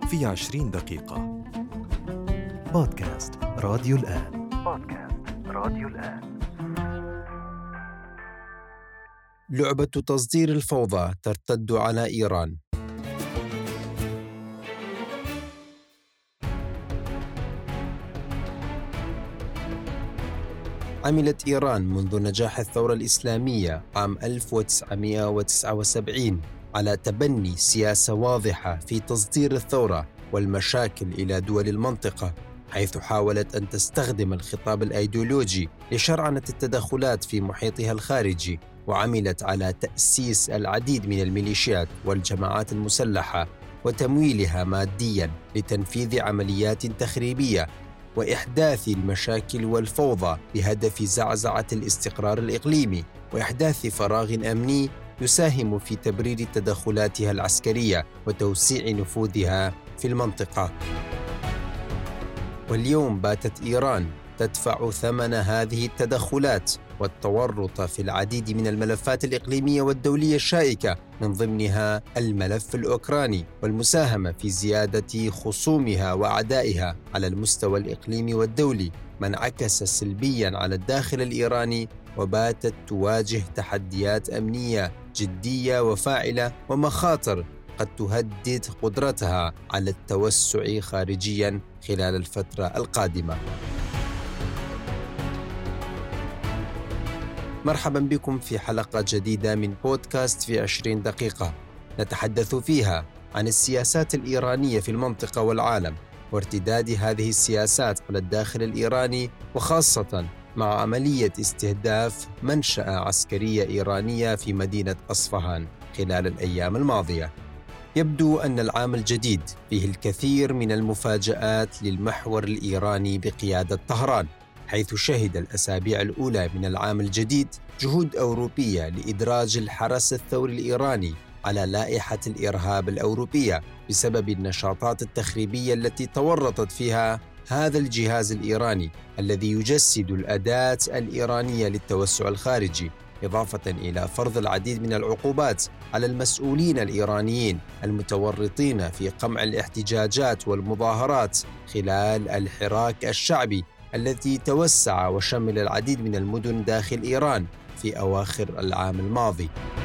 في 20 دقيقة. بودكاست راديو الآن. لعبة تصدير الفوضى ترتد على إيران. عملت إيران منذ نجاح الثورة الإسلامية عام 1979 على تبني سياسة واضحة في تصدير الثورة والمشاكل إلى دول المنطقة، حيث حاولت أن تستخدم الخطاب الأيديولوجي لشرعنة التدخلات في محيطها الخارجي، وعملت على تأسيس العديد من الميليشيات والجماعات المسلحة وتمويلها مادياً لتنفيذ عمليات تخريبية وإحداث المشاكل والفوضى بهدف زعزعة الاستقرار الإقليمي وإحداث فراغ أمني يساهم في تبرير تدخلاتها العسكرية وتوسيع نفوذها في المنطقة. واليوم باتت إيران تدفع ثمن هذه التدخلات والتورط في العديد من الملفات الإقليمية والدولية الشائكة، من ضمنها الملف الأوكراني، والمساهمة في زيادة خصومها وأعدائها على المستوى الإقليمي والدولي، ما انعكس سلبياً على الداخل الإيراني، وباتت تواجه تحديات أمنية جدية وفاعلة ومخاطر قد تهدد قدرتها على التوسع خارجياً خلال الفترة القادمة. مرحبا بكم في حلقة جديدة من بودكاست في 20 دقيقة، نتحدث فيها عن السياسات الإيرانية في المنطقة والعالم، وارتداد هذه السياسات على الداخل الإيراني، وخاصة مع عملية استهداف منشأة عسكرية إيرانية في مدينة أصفهان خلال الأيام الماضية. يبدو أن العام الجديد فيه الكثير من المفاجآت للمحور الإيراني بقيادة طهران، حيث شهد الأسابيع الأولى من العام الجديد جهود أوروبية لإدراج الحرس الثوري الإيراني على لائحة الإرهاب الأوروبية بسبب النشاطات التخريبية التي تورطت فيها هذا الجهاز الإيراني الذي يجسد الأداة الإيرانية للتوسع الخارجي، إضافة إلى فرض العديد من العقوبات على المسؤولين الإيرانيين المتورطين في قمع الاحتجاجات والمظاهرات خلال الحراك الشعبي التي توسع وشمل العديد من المدن داخل إيران في أواخر العام الماضي.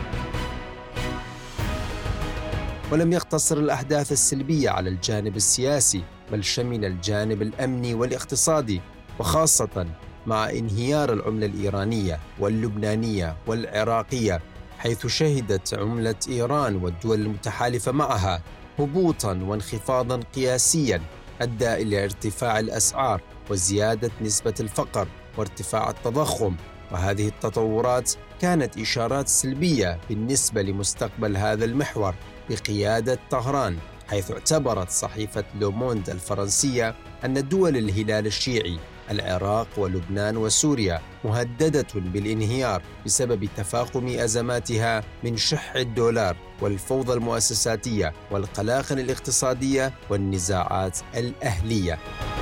ولم يقتصر الأحداث السلبية على الجانب السياسي، بل شمل الجانب الأمني والاقتصادي، وخاصة مع انهيار العملة الإيرانية واللبنانية والعراقية، حيث شهدت عملة إيران والدول المتحالفة معها هبوطاً وانخفاضاً قياسياً أدى إلى ارتفاع الأسعار وزيادة نسبة الفقر وارتفاع التضخم. وهذه التطورات كانت إشارات سلبية بالنسبة لمستقبل هذا المحور بقيادة طهران، حيث اعتبرت صحيفة لوموند الفرنسية أن دول الهلال الشيعي العراق ولبنان وسوريا مهددة بالانهيار بسبب تفاقم أزماتها من شح الدولار والفوضى المؤسساتية والقلاقل الاقتصادية والنزاعات الأهلية.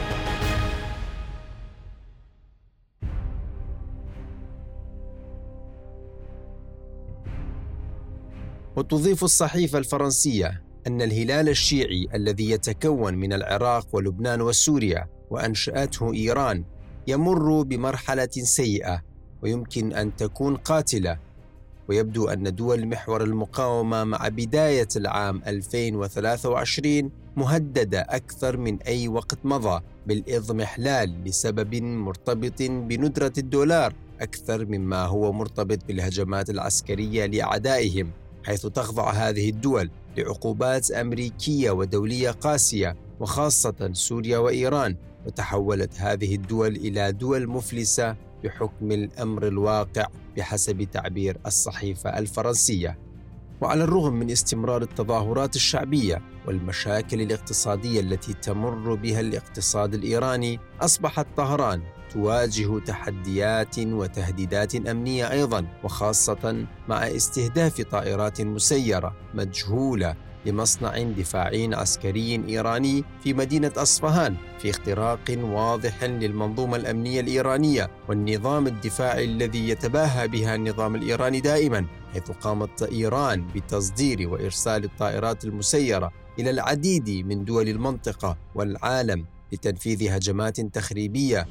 وتضيف الصحيفة الفرنسية أن الهلال الشيعي الذي يتكون من العراق ولبنان وسوريا وأنشأته إيران يمر بمرحلة سيئة ويمكن أن تكون قاتلة، ويبدو أن دول محور المقاومة مع بداية العام 2023 مهددة أكثر من أي وقت مضى بالإضمحلال لسبب مرتبط بندرة الدولار أكثر مما هو مرتبط بالهجمات العسكرية لأعدائهم، حيث تخضع هذه الدول لعقوبات أمريكية ودولية قاسية، وخاصة سوريا وإيران، وتحولت هذه الدول إلى دول مفلسة بحكم الأمر الواقع بحسب تعبير الصحيفة الفرنسية. وعلى الرغم من استمرار التظاهرات الشعبية والمشاكل الاقتصادية التي تمر بها الاقتصاد الإيراني، أصبحت طهران تواجه تحديات وتهديدات أمنية أيضاً، وخاصة مع استهداف طائرات مسيرة مجهولة لمصنع دفاعي عسكري إيراني في مدينة أصفهان، في اختراق واضح للمنظومة الأمنية الإيرانية والنظام الدفاعي الذي يتباهى بها النظام الإيراني دائماً، حيث قامت إيران بتصدير وإرسال الطائرات المسيرة إلى العديد من دول المنطقة والعالم لتنفيذ هجمات تخريبية،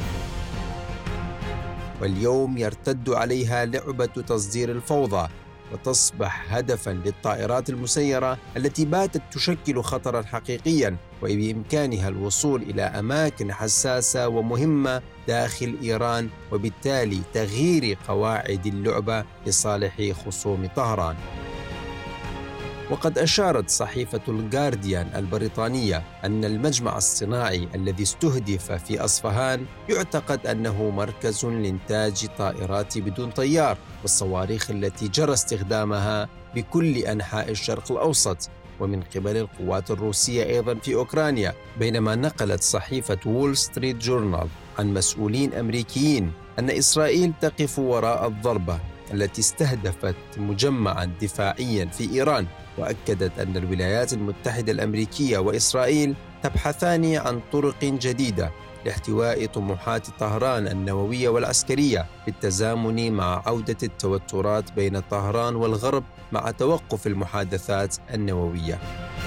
واليوم يرتد عليها لعبة تصدير الفوضى وتصبح هدفاً للطائرات المسيرة التي باتت تشكل خطراً حقيقياً، وبإمكانها الوصول إلى أماكن حساسة ومهمة داخل إيران، وبالتالي تغيير قواعد اللعبة لصالح خصوم طهران. وقد أشارت صحيفة الجارديان البريطانية أن المجمع الصناعي الذي استهدف في أصفهان يعتقد أنه مركز لإنتاج طائرات بدون طيار والصواريخ التي جرى استخدامها بكل أنحاء الشرق الأوسط ومن قبل القوات الروسية أيضاً في أوكرانيا. بينما نقلت صحيفة وول ستريت جورنال عن مسؤولين أمريكيين أن إسرائيل تقف وراء الضربة التي استهدفت مجمعاً دفاعياً في إيران، وأكدت أن الولايات المتحدة الأمريكية وإسرائيل تبحثان عن طرق جديدة لاحتواء طموحات طهران النووية والعسكرية بالتزامن مع عودة التوترات بين طهران والغرب مع توقف المحادثات النووية.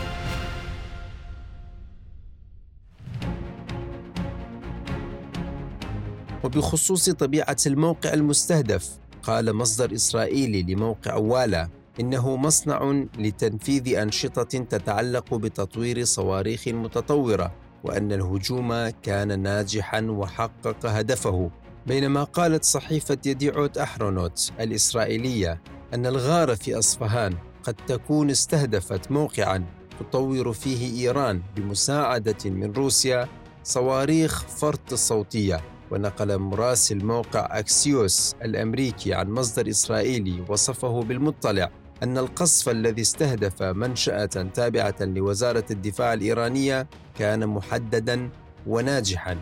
وبخصوص طبيعة الموقع المستهدف، قال مصدر إسرائيلي لموقع والا إنه مصنع لتنفيذ أنشطة تتعلق بتطوير صواريخ متطورة، وأن الهجوم كان ناجحاً وحقق هدفه. بينما قالت صحيفة يديعوت أحرونوت الإسرائيلية أن الغارة في أصفهان قد تكون استهدفت موقعاً تطور فيه إيران بمساعدة من روسيا صواريخ فرط صوتية. ونقل مراسل موقع أكسيوس الأمريكي عن مصدر إسرائيلي وصفه بالمطلع أن القصف الذي استهدف منشأة تابعة لوزارة الدفاع الإيرانية كان محدداً وناجحاً،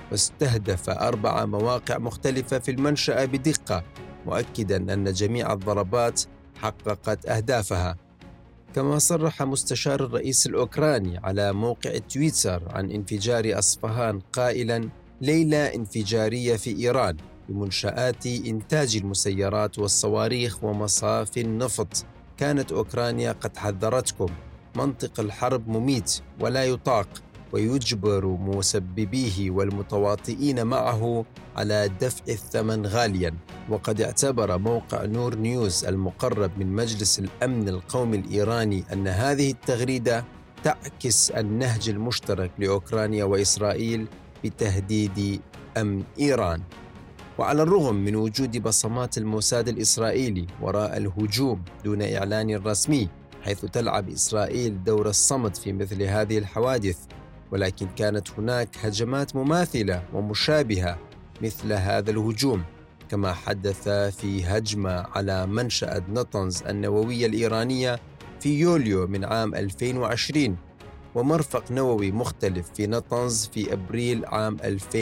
واستهدف 4 مواقع مختلفة في المنشأة بدقة، مؤكداً أن جميع الضربات حققت أهدافها. كما صرح مستشار الرئيس الأوكراني على موقع تويتر عن انفجار أصفهان قائلاً: ليلة انفجارية في إيران بمنشآت إنتاج المسيرات والصواريخ ومصاف النفط. كانت أوكرانيا قد حذرتكم، منطق الحرب مميت ولا يطاق، ويجبر مسببيه والمتواطئين معه على دفع الثمن غالياً. وقد اعتبر موقع نور نيوز المقرب من مجلس الأمن القومي الإيراني أن هذه التغريدة تعكس النهج المشترك لأوكرانيا وإسرائيل بتهديد أمن إيران. وعلى الرغم من وجود بصمات الموساد الإسرائيلي وراء الهجوم دون إعلان رسمي، حيث تلعب إسرائيل دور الصمت في مثل هذه الحوادث، ولكن كانت هناك هجمات مماثلة ومشابهة مثل هذا الهجوم، كما حدث في هجمة على منشأة نطنز النووية الإيرانية في يوليو من عام 2020، ومرفق نووي مختلف في نطنز في أبريل عام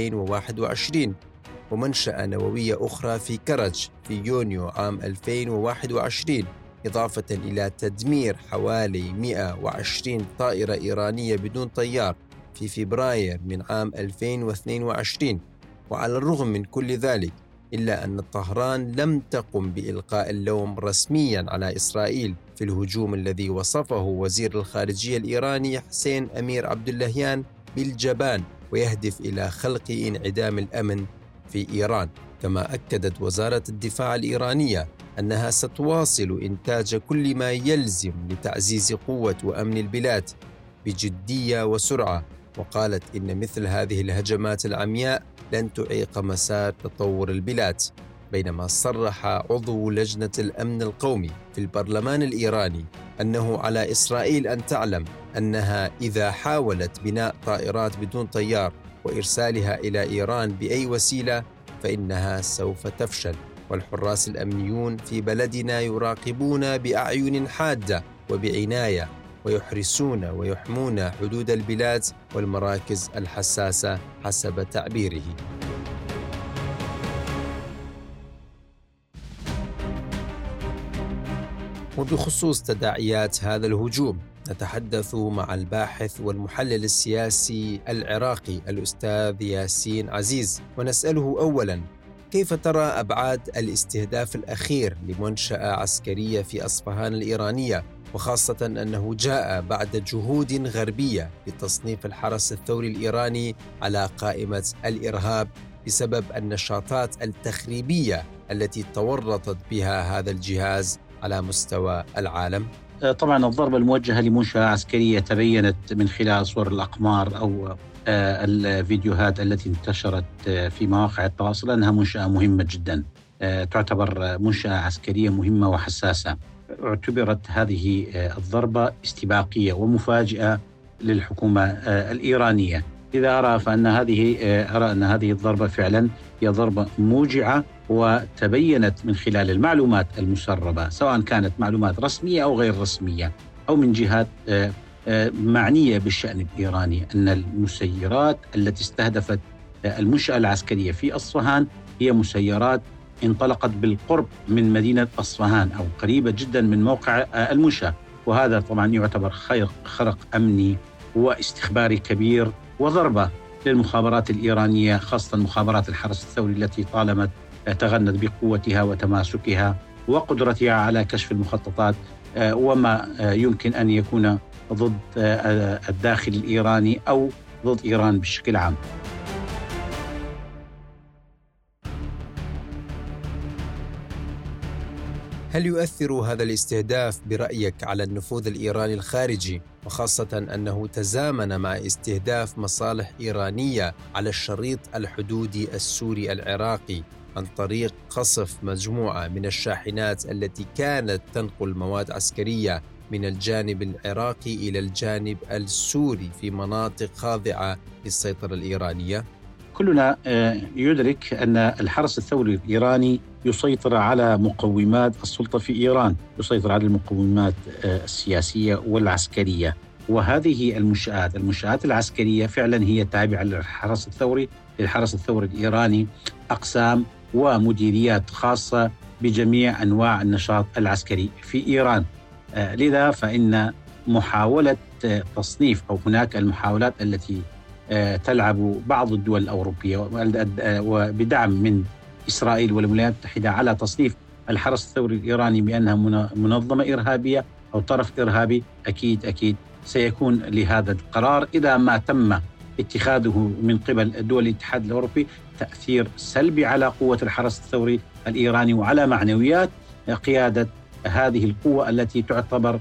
2021، ومنشأة نووية أخرى في كرج في يونيو عام 2021، إضافة إلى تدمير حوالي 120 طائرة إيرانية بدون طيار في فبراير من عام 2022. وعلى الرغم من كل ذلك، إلا أن طهران لم تقم بإلقاء اللوم رسمياً على إسرائيل في الهجوم الذي وصفه وزير الخارجية الإيراني حسين أمير عبداللهيان بالجبان ويهدف إلى خلق انعدام الأمن في إيران. كما أكدت وزارة الدفاع الإيرانية أنها ستواصل إنتاج كل ما يلزم لتعزيز قوة وأمن البلاد بجدية وسرعة، وقالت إن مثل هذه الهجمات العمياء لن تعيق مسار تطور البلاد. بينما صرح عضو لجنة الأمن القومي في البرلمان الإيراني أنه على إسرائيل أن تعلم أنها إذا حاولت بناء طائرات بدون طيار وإرسالها إلى إيران بأي وسيلة فإنها سوف تفشل، والحراس الأمنيون في بلدنا يراقبون بأعين حادة وبعناية، ويحرسون ويحمون حدود البلاد والمراكز الحساسة حسب تعبيره. وبخصوص تداعيات هذا الهجوم نتحدث مع الباحث والمحلل السياسي العراقي الأستاذ ياسين عزيز، ونسأله أولاً: كيف ترى أبعاد الاستهداف الأخير لمنشأة عسكرية في أصفهان الإيرانية وخاصة أنه جاء بعد جهود غربية لتصنيف الحرس الثوري الإيراني على قائمة الإرهاب بسبب النشاطات التخريبية التي تورطت بها هذا الجهاز على مستوى العالم؟ طبعا الضربة الموجهة لمنشأة عسكرية تبينت من خلال صور الأقمار أو الفيديوهات التي انتشرت في مواقع التواصل أنها منشأة مهمة جدا، تعتبر منشأة عسكرية مهمة وحساسة. اعتبرت هذه الضربة استباقية ومفاجئة للحكومة الإيرانية. إذا أرى أن هذه الضربة فعلا هي ضربة موجعة، وتبينت من خلال المعلومات المسربة سواء كانت معلومات رسمية أو غير رسمية أو من جهات معنية بالشأن الإيراني أن المسيرات التي استهدفت المنشأة العسكرية في أصفهان هي مسيرات انطلقت بالقرب من مدينة أصفهان أو قريبة جدا من موقع المنشأة، وهذا طبعا يعتبر خرق أمني واستخباري كبير وضربة للمخابرات الإيرانية، خاصة مخابرات الحرس الثوري التي طالما تغنت بقوتها وتماسكها وقدرتها على كشف المخططات وما يمكن أن يكون ضد الداخل الإيراني أو ضد إيران بشكل عام. هل يؤثر هذا الاستهداف برأيك على النفوذ الإيراني الخارجي، وخاصة أنه تزامن مع استهداف مصالح إيرانية على الشريط الحدودي السوري العراقي عن طريق قصف مجموعة من الشاحنات التي كانت تنقل مواد عسكرية من الجانب العراقي إلى الجانب السوري في مناطق خاضعة للسيطرة الإيرانية؟ كلنا يدرك أن الحرس الثوري الإيراني يسيطر على مقومات السلطة في إيران، يسيطر على المقومات السياسية والعسكرية، وهذه المنشآت العسكرية فعلا هي تابعة للحرس الثوري الإيراني، أقسام ومديريات خاصة بجميع أنواع النشاط العسكري في إيران. لذا فإن محاولة تصنيف أو هناك المحاولات التي تلعب بعض الدول الأوروبية وبدعم من إسرائيل والولايات المتحدة على تصنيف الحرس الثوري الإيراني بأنها منظمة إرهابية أو طرف إرهابي، أكيد سيكون لهذا القرار إذا ما تم اتخاذه من قبل دول الاتحاد الأوروبي تأثير سلبي على قوة الحرس الثوري الإيراني وعلى معنويات قيادة هذه القوة التي تعتبر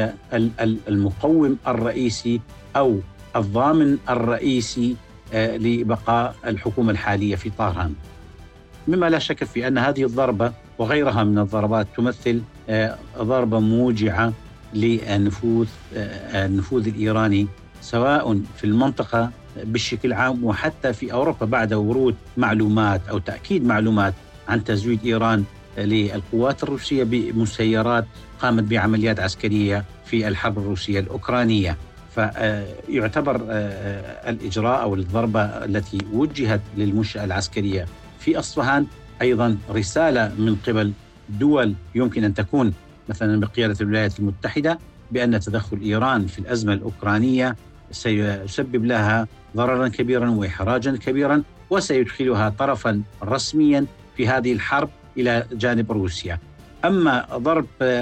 المقوم الرئيسي أو الضامن الرئيسي لبقاء الحكومة الحالية في طهران. مما لا شك في أن هذه الضربة وغيرها من الضربات تمثل ضربة موجعة للنفوذ الإيراني سواء في المنطقة بشكل عام وحتى في أوروبا بعد ورود معلومات أو تأكيد معلومات عن تزويد إيران للقوات الروسية بمسيرات قامت بعمليات عسكرية في الحرب الروسية الأوكرانية. فيعتبر الإجراء أو الضربة التي وجهت للمنشأة العسكرية في أصفهان أيضا رسالة من قبل دول يمكن أن تكون مثلا بقيادة الولايات المتحدة بأن تدخل إيران في الأزمة الأوكرانية سيسبب لها ضررا كبيرا وإحراجا كبيرا وسيدخلها طرفا رسميا في هذه الحرب إلى جانب روسيا. أما ضرب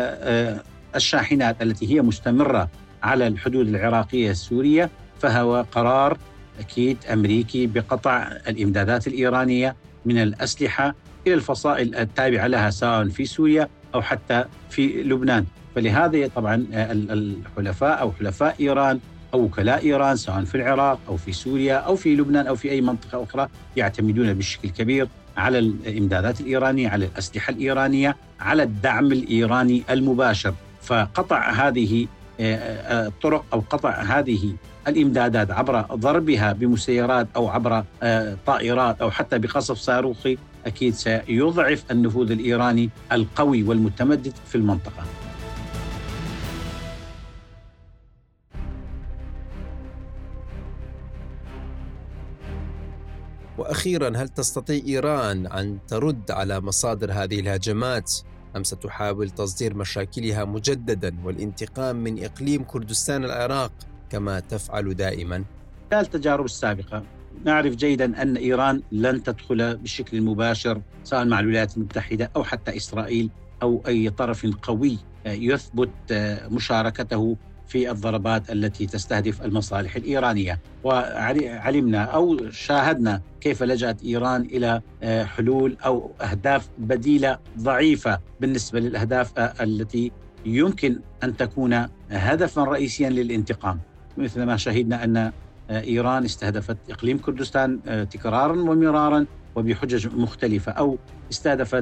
الشاحنات التي هي مستمرة على الحدود العراقية السورية فهو قرار أكيد أمريكي بقطع الإمدادات الإيرانية من الأسلحة إلى الفصائل التابعة لها سواء في سوريا أو حتى في لبنان. فلهذا طبعا الحلفاء أو حلفاء إيران أو وكلاء إيران سواء في العراق أو في سوريا أو في لبنان أو في أي منطقة أخرى يعتمدون بشكل كبير على الإمدادات الإيرانية، على الأسلحة الإيرانية، على الدعم الإيراني المباشر. فقطع هذه الطرق أو قطع هذه الإمدادات عبر ضربها بمسيرات أو عبر طائرات أو حتى بقصف صاروخي أكيد سيضعف النفوذ الإيراني القوي والمتمدد في المنطقة. وأخيراً، هل تستطيع إيران أن ترد على مصادر هذه الهجمات أم ستحاول تصدير مشاكلها مجدداً والانتقام من إقليم كردستان العراق كما تفعل دائماً؟ التجارب السابقة نعرف جيداً أن إيران لن تدخل بشكل مباشر سواء مع الولايات المتحدة أو حتى إسرائيل أو أي طرف قوي يثبت مشاركته في الضربات التي تستهدف المصالح الإيرانية. وعلمنا أو شاهدنا كيف لجأت إيران إلى حلول أو أهداف بديلة ضعيفة بالنسبة للأهداف التي يمكن أن تكون هدفا رئيسيا للانتقام، مثل ما شهدنا أن إيران استهدفت إقليم كردستان تكرارا ومرارا وبحجج مختلفة، أو استهدفت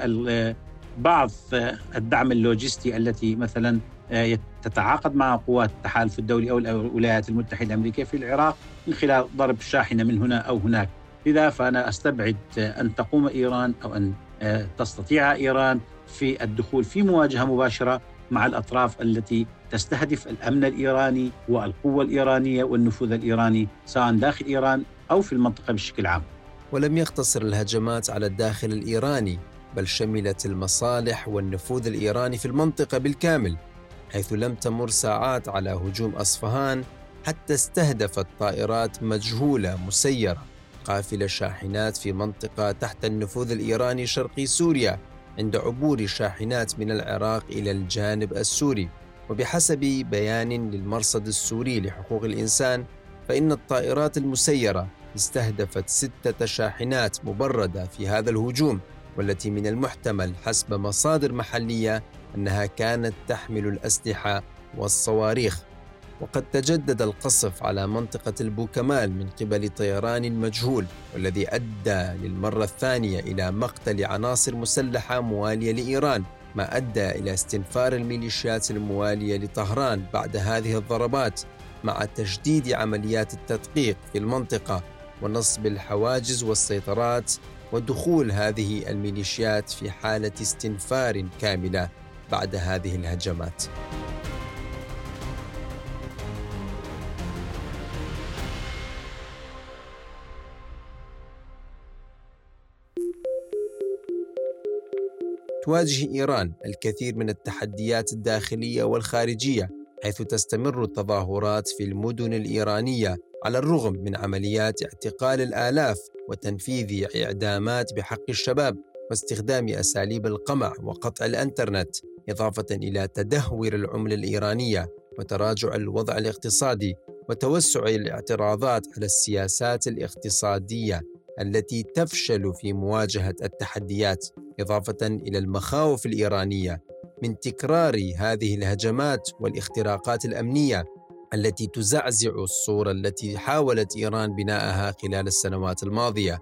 بعض الدعم اللوجستي التي مثلا تتعاقد مع قوات التحالف الدولي أو الولايات المتحدة الأمريكية في العراق من خلال ضرب شاحنة من هنا أو هناك. لذا فأنا أستبعد أن تقوم إيران أو أن تستطيع إيران في الدخول في مواجهة مباشرة مع الأطراف التي تستهدف الأمن الإيراني والقوة الإيرانية والنفوذ الإيراني سواء داخل إيران أو في المنطقة بشكل عام. ولم يقتصر الهجمات على الداخل الإيراني، بل شملت المصالح والنفوذ الإيراني في المنطقة بالكامل، حيث لم تمر ساعات على هجوم أصفهان حتى استهدفت طائرات مجهولة مسيرة قافلة شاحنات في منطقة تحت النفوذ الإيراني شرقي سوريا عند عبور شاحنات من العراق إلى الجانب السوري. وبحسب بيان للمرصد السوري لحقوق الإنسان، فإن الطائرات المسيرة استهدفت 6 شاحنات مبردة في هذا الهجوم، والتي من المحتمل حسب مصادر محلية أنها كانت تحمل الأسلحة والصواريخ. وقد تجدد القصف على منطقة البوكمال من قبل طيران مجهول، والذي أدى للمرة الثانية إلى مقتل عناصر مسلحة موالية لإيران، ما أدى إلى استنفار الميليشيات الموالية لطهران بعد هذه الضربات، مع تجديد عمليات التدقيق في المنطقة ونصب الحواجز والسيطرات، ودخول هذه الميليشيات في حالة استنفار كاملة بعد هذه الهجمات. تواجه إيران الكثير من التحديات الداخلية والخارجية، حيث تستمر التظاهرات في المدن الإيرانية على الرغم من عمليات اعتقال الآلاف وتنفيذ إعدامات بحق الشباب واستخدام أساليب القمع وقطع الإنترنت، إضافة إلى تدهور العملة الإيرانية وتراجع الوضع الاقتصادي وتوسع الاعتراضات على السياسات الاقتصادية التي تفشل في مواجهة التحديات، إضافة إلى المخاوف الإيرانية من تكرار هذه الهجمات والاختراقات الأمنية التي تزعزع الصورة التي حاولت إيران بناءها خلال السنوات الماضية.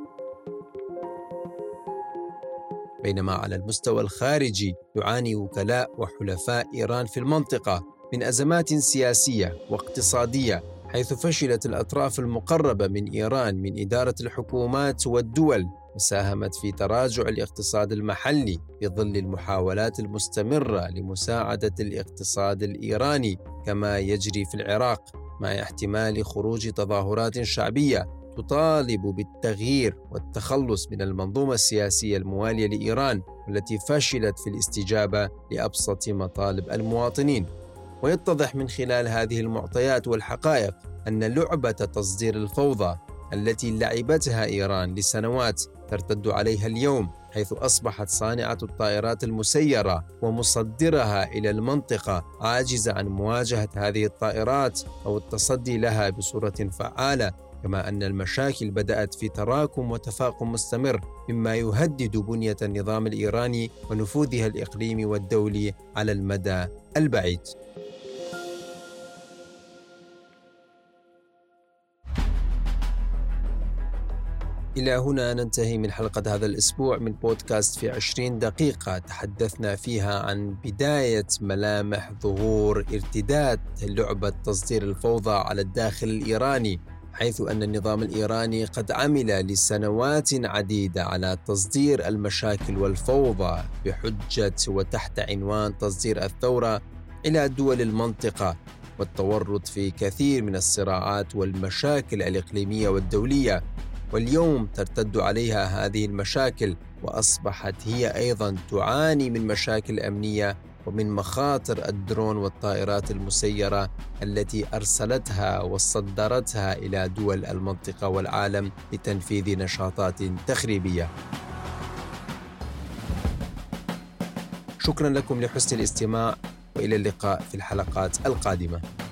بينما على المستوى الخارجي يعاني وكلاء وحلفاء إيران في المنطقة من أزمات سياسية واقتصادية، حيث فشلت الأطراف المقربة من إيران من إدارة الحكومات والدول، وساهمت في تراجع الاقتصاد المحلي في ظل المحاولات المستمرة لمساعدة الاقتصاد الإيراني كما يجري في العراق، مع احتمال خروج تظاهرات شعبية تطالب بالتغيير والتخلص من المنظومة السياسية الموالية لإيران، والتي فشلت في الاستجابة لأبسط مطالب المواطنين. ويتضح من خلال هذه المعطيات والحقائق أن لعبة تصدير الفوضى التي لعبتها إيران لسنوات ترتد عليها اليوم، حيث أصبحت صانعة الطائرات المسيرة ومصدرها إلى المنطقة عاجزة عن مواجهة هذه الطائرات أو التصدي لها بصورة فعالة، كما أن المشاكل بدأت في تراكم وتفاقم مستمر، مما يهدد بنية النظام الإيراني ونفوذها الإقليمي والدولي على المدى البعيد. إلى هنا ننتهي من حلقة هذا الأسبوع من بودكاست في 20 دقيقة، تحدثنا فيها عن بداية ملامح ظهور ارتداد لعبة تصدير الفوضى على الداخل الإيراني، حيث أن النظام الإيراني قد عمل لسنوات عديدة على تصدير المشاكل والفوضى بحجة وتحت عنوان تصدير الثورة إلى دول المنطقة والتورط في كثير من الصراعات والمشاكل الإقليمية والدولية. واليوم ترتد عليها هذه المشاكل، وأصبحت هي أيضاً تعاني من مشاكل أمنية ومن مخاطر الدرون والطائرات المسيرة التي أرسلتها وصدرتها إلى دول المنطقة والعالم لتنفيذ نشاطات تخريبية. شكرا لكم لحسن الاستماع، وإلى اللقاء في الحلقات القادمة.